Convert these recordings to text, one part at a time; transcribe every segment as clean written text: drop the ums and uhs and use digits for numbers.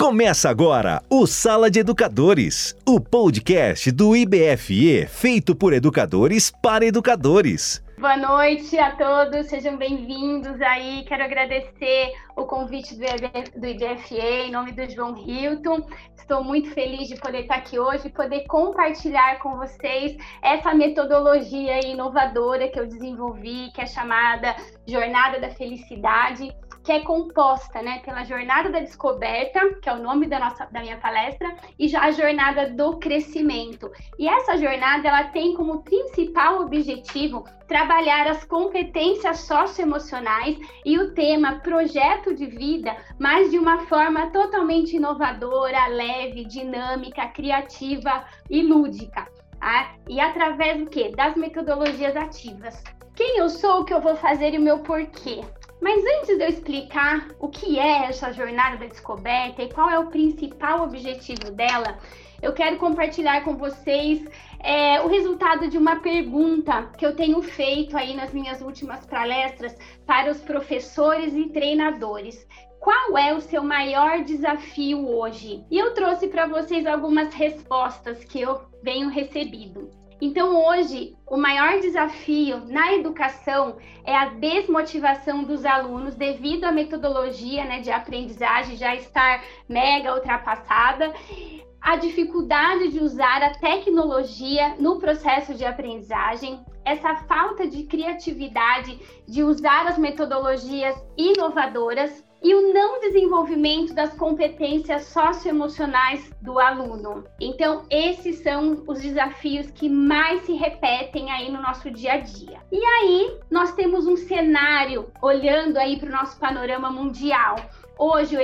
Começa agora o Sala de Educadores, o podcast do IBFE feito por educadores para educadores. Boa noite a todos, sejam bem-vindos aí. Quero agradecer o convite do IBFE em nome do João Hilton. Estou muito feliz de poder estar aqui hoje e poder compartilhar com vocês essa metodologia inovadora que eu desenvolvi, que é chamada Jornada da Felicidade, que é composta, pela Jornada da Descoberta, que é o nome da minha palestra, e já a Jornada do Crescimento. E essa jornada, ela tem como principal objetivo trabalhar as competências socioemocionais e o tema projeto de vida, mas de uma forma totalmente inovadora, leve, dinâmica, criativa e lúdica. Tá? E através do quê? Das metodologias ativas. Quem eu sou, o que eu vou fazer e o meu porquê. Mas antes de eu explicar o que é essa jornada da descoberta e qual é o principal objetivo dela, eu quero compartilhar com vocês o resultado de uma pergunta que eu tenho feito aí nas minhas últimas palestras para os professores e treinadores. Qual é o seu maior desafio hoje? E eu trouxe para vocês algumas respostas que eu venho recebendo. Então, hoje, o maior desafio na educação é a desmotivação dos alunos devido à metodologia de aprendizagem já estar mega ultrapassada, a dificuldade de usar a tecnologia no processo de aprendizagem, essa falta de criatividade de usar as metodologias inovadoras, e o não desenvolvimento das competências socioemocionais do aluno. Então, esses são os desafios que mais se repetem aí no nosso dia a dia. E aí, nós temos um cenário, olhando aí para o nosso panorama mundial. Hoje,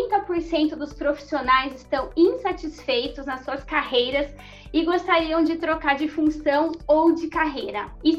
80% dos profissionais estão insatisfeitos nas suas carreiras e gostariam de trocar de função ou de carreira. E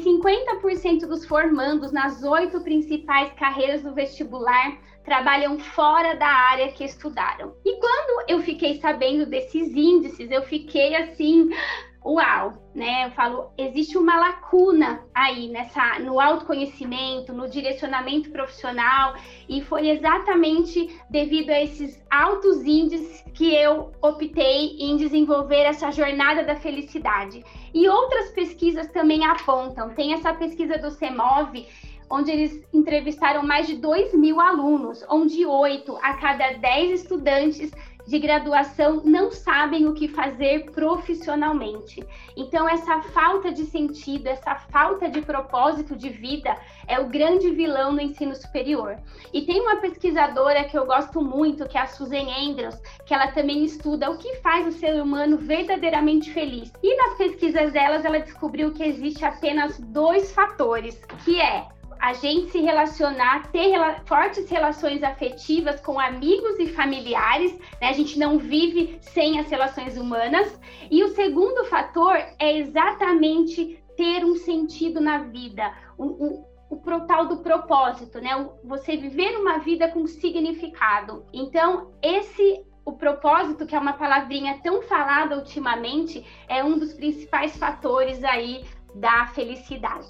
50% dos formandos nas 8 principais carreiras do vestibular trabalham fora da área que estudaram. E quando eu fiquei sabendo desses índices, eu fiquei assim, uau, Eu falo, existe uma lacuna aí no autoconhecimento, no direcionamento profissional, e foi exatamente devido a esses altos índices que eu optei em desenvolver essa jornada da felicidade. E outras pesquisas também apontam, tem essa pesquisa do CEMOV, onde eles entrevistaram mais de 2.000 alunos, onde 8 a cada 10 estudantes de graduação não sabem o que fazer profissionalmente. Então, essa falta de sentido, essa falta de propósito de vida é o grande vilão no ensino superior. E tem uma pesquisadora que eu gosto muito, que é a Susan Andrews, que ela também estuda o que faz o ser humano verdadeiramente feliz. E nas pesquisas delas, ela descobriu que existe apenas 2 fatores, que é a gente se relacionar, ter fortes relações afetivas com amigos e familiares, A gente não vive sem as relações humanas. E o segundo fator é exatamente ter um sentido na vida, o tal do propósito, Você viver uma vida com significado. Então, o propósito, que é uma palavrinha tão falada ultimamente, é um dos principais fatores aí da felicidade.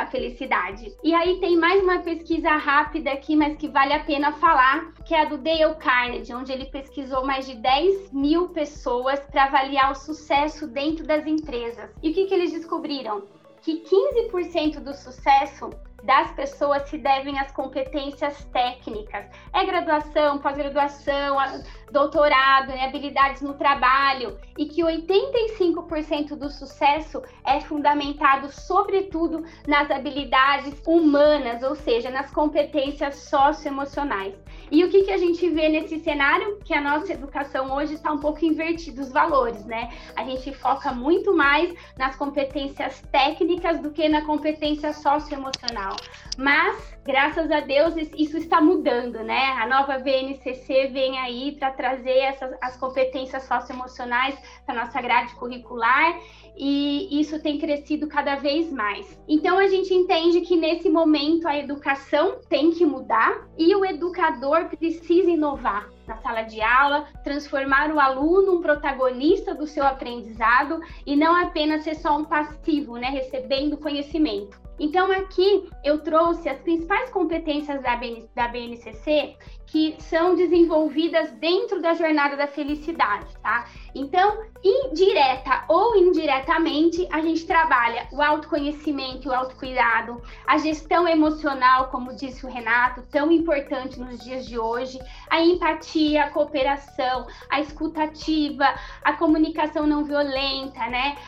E aí tem mais uma pesquisa rápida aqui, mas que vale a pena falar, que é a do Dale Carnegie, onde ele pesquisou mais de 10.000 pessoas para avaliar o sucesso dentro das empresas. E o que eles descobriram? Que 15% do sucesso das pessoas se devem às competências técnicas. É graduação, pós-graduação, doutorado, habilidades no trabalho. E que 85% do sucesso é fundamentado, sobretudo, nas habilidades humanas, ou seja, nas competências socioemocionais. E o que a gente vê nesse cenário? Que a nossa educação hoje está um pouco invertida os valores, A gente foca muito mais nas competências técnicas do que na competência socioemocional. Mas, graças a Deus, isso está mudando, A nova BNCC vem aí para trazer as competências socioemocionais para a nossa grade curricular, e isso tem crescido cada vez mais. Então, a gente entende que, nesse momento, a educação tem que mudar e o educador precisa inovar na sala de aula, transformar o aluno um protagonista do seu aprendizado e não apenas ser só um passivo, recebendo conhecimento. Então, aqui eu trouxe as principais competências da BNCC, que são desenvolvidas dentro da jornada da felicidade, tá? Então, direta ou indiretamente, a gente trabalha o autoconhecimento e o autocuidado, a gestão emocional, como disse o Renato, tão importante nos dias de hoje, a empatia, a cooperação, a escutativa, a comunicação não violenta, né?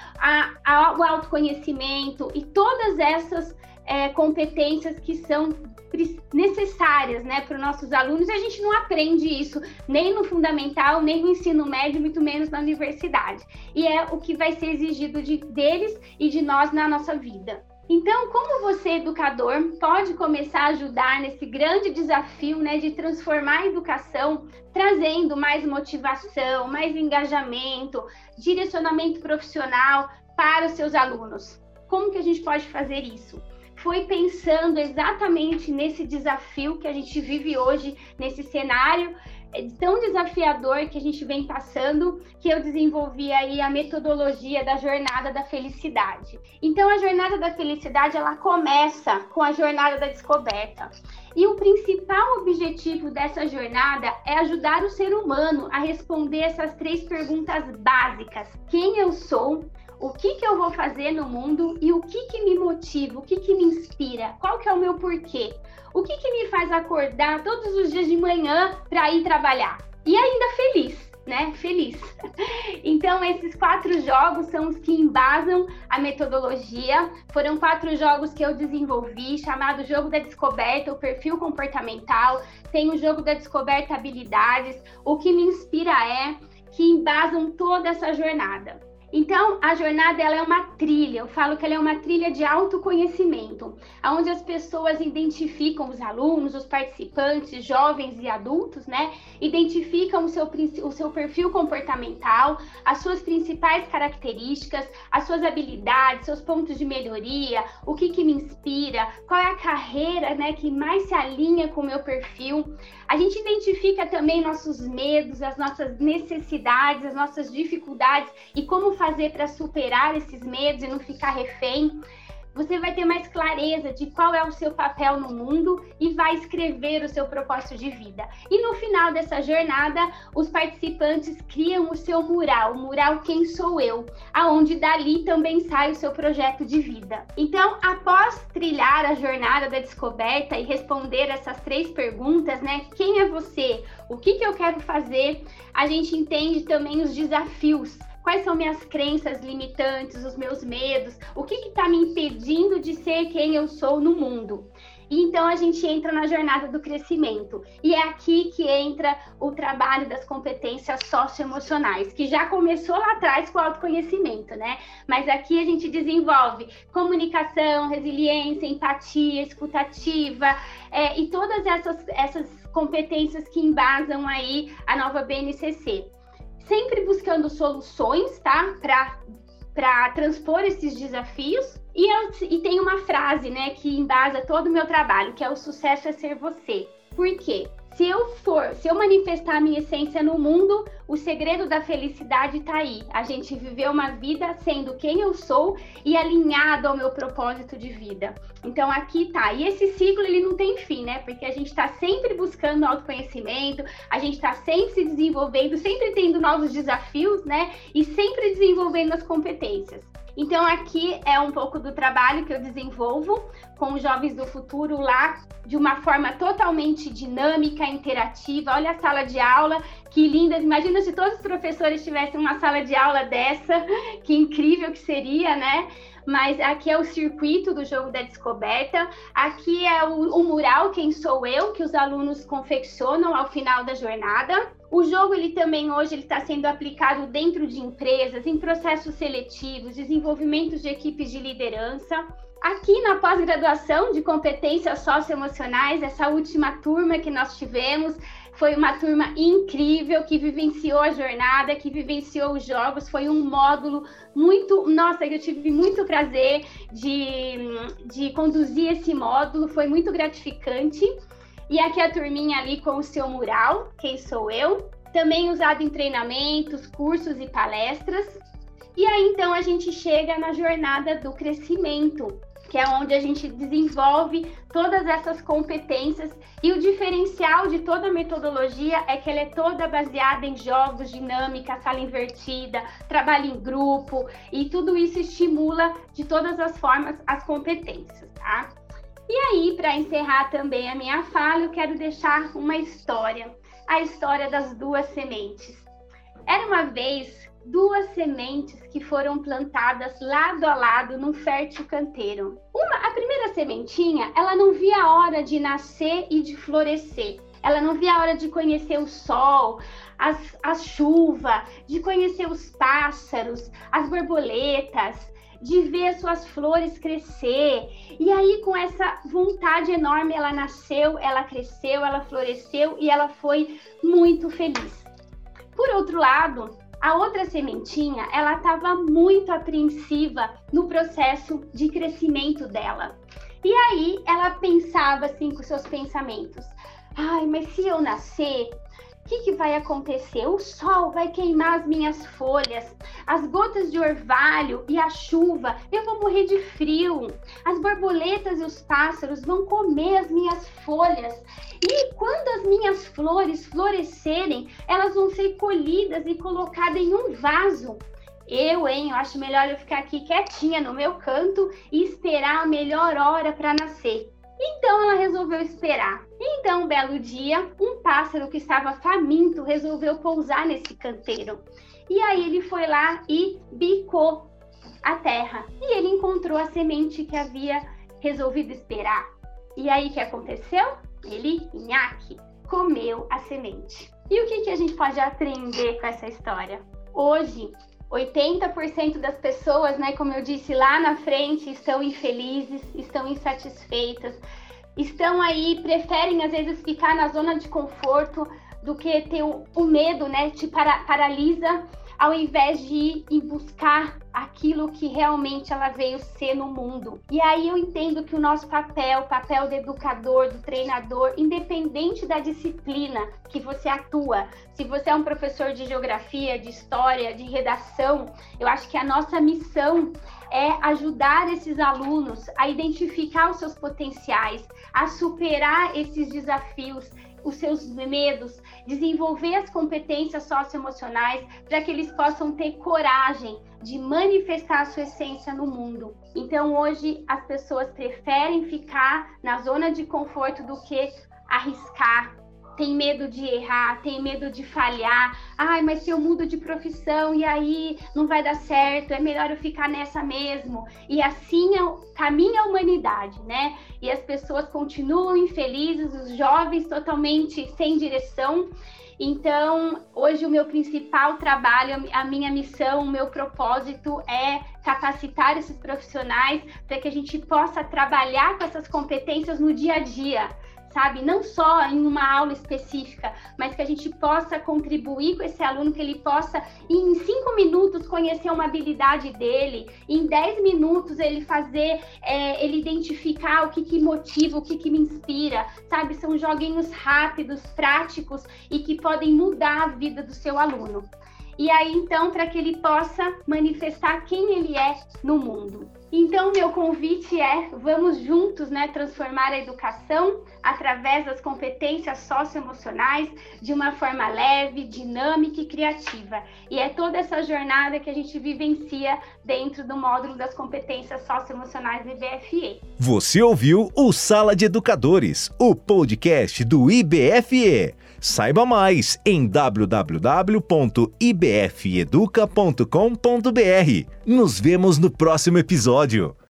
O autoconhecimento e todas essas competências que são necessárias, né, para os nossos alunos. A gente não aprende isso nem no fundamental, nem no ensino médio, muito menos na universidade. E é o que vai ser exigido deles e de nós na nossa vida. Então, como você, educador, pode começar a ajudar nesse grande desafio, né, de transformar a educação, trazendo mais motivação, mais engajamento, direcionamento profissional para os seus alunos? Como que a gente pode fazer isso? Foi pensando exatamente nesse desafio que a gente vive hoje, nesse cenário tão desafiador que a gente vem passando, que eu desenvolvi aí a metodologia da Jornada da Felicidade. Então, a Jornada da Felicidade, ela começa com a Jornada da Descoberta. E o principal objetivo dessa jornada é ajudar o ser humano a responder essas 3 perguntas básicas. Quem eu sou? O que eu vou fazer no mundo e o que me motiva, o que me inspira, qual que é o meu porquê, o que me faz acordar todos os dias de manhã para ir trabalhar e ainda feliz, né? Feliz. Então, esses 4 jogos são os que embasam a metodologia. Foram 4 jogos que eu desenvolvi, chamado Jogo da Descoberta, o perfil comportamental, tem o Jogo da Descoberta habilidades, o que me inspira que embasam toda essa jornada. Então, a jornada ela é uma trilha, eu falo que ela é uma trilha de autoconhecimento, onde as pessoas identificam, os alunos, os participantes, jovens e adultos, né? Identificam o seu perfil comportamental, as suas principais características, as suas habilidades, seus pontos de melhoria, o que me inspira, qual é a carreira, né, que mais se alinha com o meu perfil. A gente identifica também nossos medos, as nossas necessidades, as nossas dificuldades e como fazer para superar esses medos e não ficar refém. Você vai ter mais clareza de qual é o seu papel no mundo e vai escrever o seu propósito de vida. E no final dessa jornada, os participantes criam o seu mural, o mural Quem Sou Eu, aonde dali também sai o seu projeto de vida. Então, após trilhar a jornada da descoberta e responder essas 3 perguntas, né? Quem é você? O que eu quero fazer? A gente entende também os desafios. Quais são minhas crenças limitantes, os meus medos, o que está me impedindo de ser quem eu sou no mundo? E então a gente entra na jornada do crescimento. E é aqui que entra o trabalho das competências socioemocionais, que já começou lá atrás com o autoconhecimento, né? Mas aqui a gente desenvolve comunicação, resiliência, empatia, escutativa, e todas essas competências que embasam aí a nova BNCC. Sempre buscando soluções, tá? Para transpor esses desafios. E tem uma frase, né, que embasa todo o meu trabalho, que é: o sucesso é ser você. Por quê? Se eu manifestar a minha essência no mundo, o segredo da felicidade está aí. A gente viver uma vida sendo quem eu sou e alinhado ao meu propósito de vida. Então aqui tá. E esse ciclo ele não tem fim, né? Porque a gente está sempre buscando autoconhecimento, a gente está sempre se desenvolvendo, sempre tendo novos desafios, né? E sempre desenvolvendo as competências. Então, aqui é um pouco do trabalho que eu desenvolvo com os jovens do futuro lá, de uma forma totalmente dinâmica, interativa. Olha a sala de aula, que linda! Imagina se todos os professores tivessem uma sala de aula dessa, que incrível que seria, né? Mas aqui é o circuito do Jogo da Descoberta, aqui é o mural Quem Sou Eu, que os alunos confeccionam ao final da jornada. O jogo, ele também hoje está sendo aplicado dentro de empresas, em processos seletivos, desenvolvimentos de equipes de liderança. Aqui na pós-graduação de competências socioemocionais, essa última turma que nós tivemos, foi uma turma incrível, que vivenciou a jornada, que vivenciou os jogos. Foi um módulo Nossa, eu tive muito prazer de conduzir esse módulo, foi muito gratificante. E aqui a turminha ali com o seu mural, Quem Sou Eu, também usado em treinamentos, cursos e palestras. E aí, então, a gente chega na jornada do crescimento, que é onde a gente desenvolve todas essas competências, e o diferencial de toda a metodologia é que ela é toda baseada em jogos, dinâmica, sala invertida, trabalho em grupo, e tudo isso estimula de todas as formas as competências, tá? E aí, para encerrar também a minha fala, eu quero deixar uma história, a história das duas sementes. Era uma vez 2 sementes que foram plantadas lado a lado num fértil canteiro. A primeira sementinha, ela não via a hora de nascer e de florescer. Ela não via a hora de conhecer o sol, a chuva, de conhecer os pássaros, as borboletas, de ver as suas flores crescer. E aí, com essa vontade enorme, ela nasceu, ela cresceu, ela floresceu e ela foi muito feliz. Por outro lado, a outra sementinha, ela estava muito apreensiva no processo de crescimento dela. E aí, ela pensava assim com seus pensamentos: ai, mas se eu nascer, o que vai acontecer? O sol vai queimar as minhas folhas, as gotas de orvalho e a chuva, eu vou morrer de frio. As borboletas e os pássaros vão comer as minhas folhas. E quando as minhas flores florescerem, elas vão ser colhidas e colocadas em um vaso. Eu acho melhor eu ficar aqui quietinha no meu canto e esperar a melhor hora para nascer. Então ela resolveu esperar. Então, um belo dia, um pássaro que estava faminto resolveu pousar nesse canteiro. E aí ele foi lá e bicou a terra. E ele encontrou a semente que havia resolvido esperar. E aí o que aconteceu? Ele, nhaque, comeu a semente. E o que a gente pode aprender com essa história? Hoje, 80% das pessoas, né, como eu disse lá na frente, estão infelizes, estão insatisfeitas, estão aí, preferem às vezes ficar na zona de conforto do que ter o medo, né, te paralisa, ao invés de ir em buscar aquilo que realmente ela veio ser no mundo. E aí eu entendo que o nosso papel, o papel do educador, do treinador, independente da disciplina que você atua, se você é um professor de geografia, de história, de redação, eu acho que a nossa missão é ajudar esses alunos a identificar os seus potenciais, a superar esses desafios, os seus medos, desenvolver as competências socioemocionais para que eles possam ter coragem de manifestar a sua essência no mundo. Então, hoje, as pessoas preferem ficar na zona de conforto do que arriscar. Tem medo de errar, tem medo de falhar. Ai, mas se eu mudo de profissão e aí não vai dar certo, é melhor eu ficar nessa mesmo. E assim caminha a humanidade, né? E as pessoas continuam infelizes, os jovens totalmente sem direção. Então, hoje o meu principal trabalho, a minha missão, o meu propósito é capacitar esses profissionais para que a gente possa trabalhar com essas competências no dia a dia, sabe? Não só em uma aula específica, mas que a gente possa contribuir com esse aluno, que ele possa, em 5 minutos, conhecer uma habilidade dele, em 10 minutos ele fazer, ele identificar o que motiva, o que me inspira, sabe? São joguinhos rápidos, práticos e que podem mudar a vida do seu aluno. E aí, então, para que ele possa manifestar quem ele é no mundo. Então, meu convite é, vamos juntos, né, transformar a educação através das competências socioemocionais de uma forma leve, dinâmica e criativa. E é toda essa jornada que a gente vivencia dentro do módulo das competências socioemocionais do IBFE. Você ouviu o Sala de Educadores, o podcast do IBFE. Saiba mais em www.ibfeeduca.com.br. Nos vemos no próximo episódio.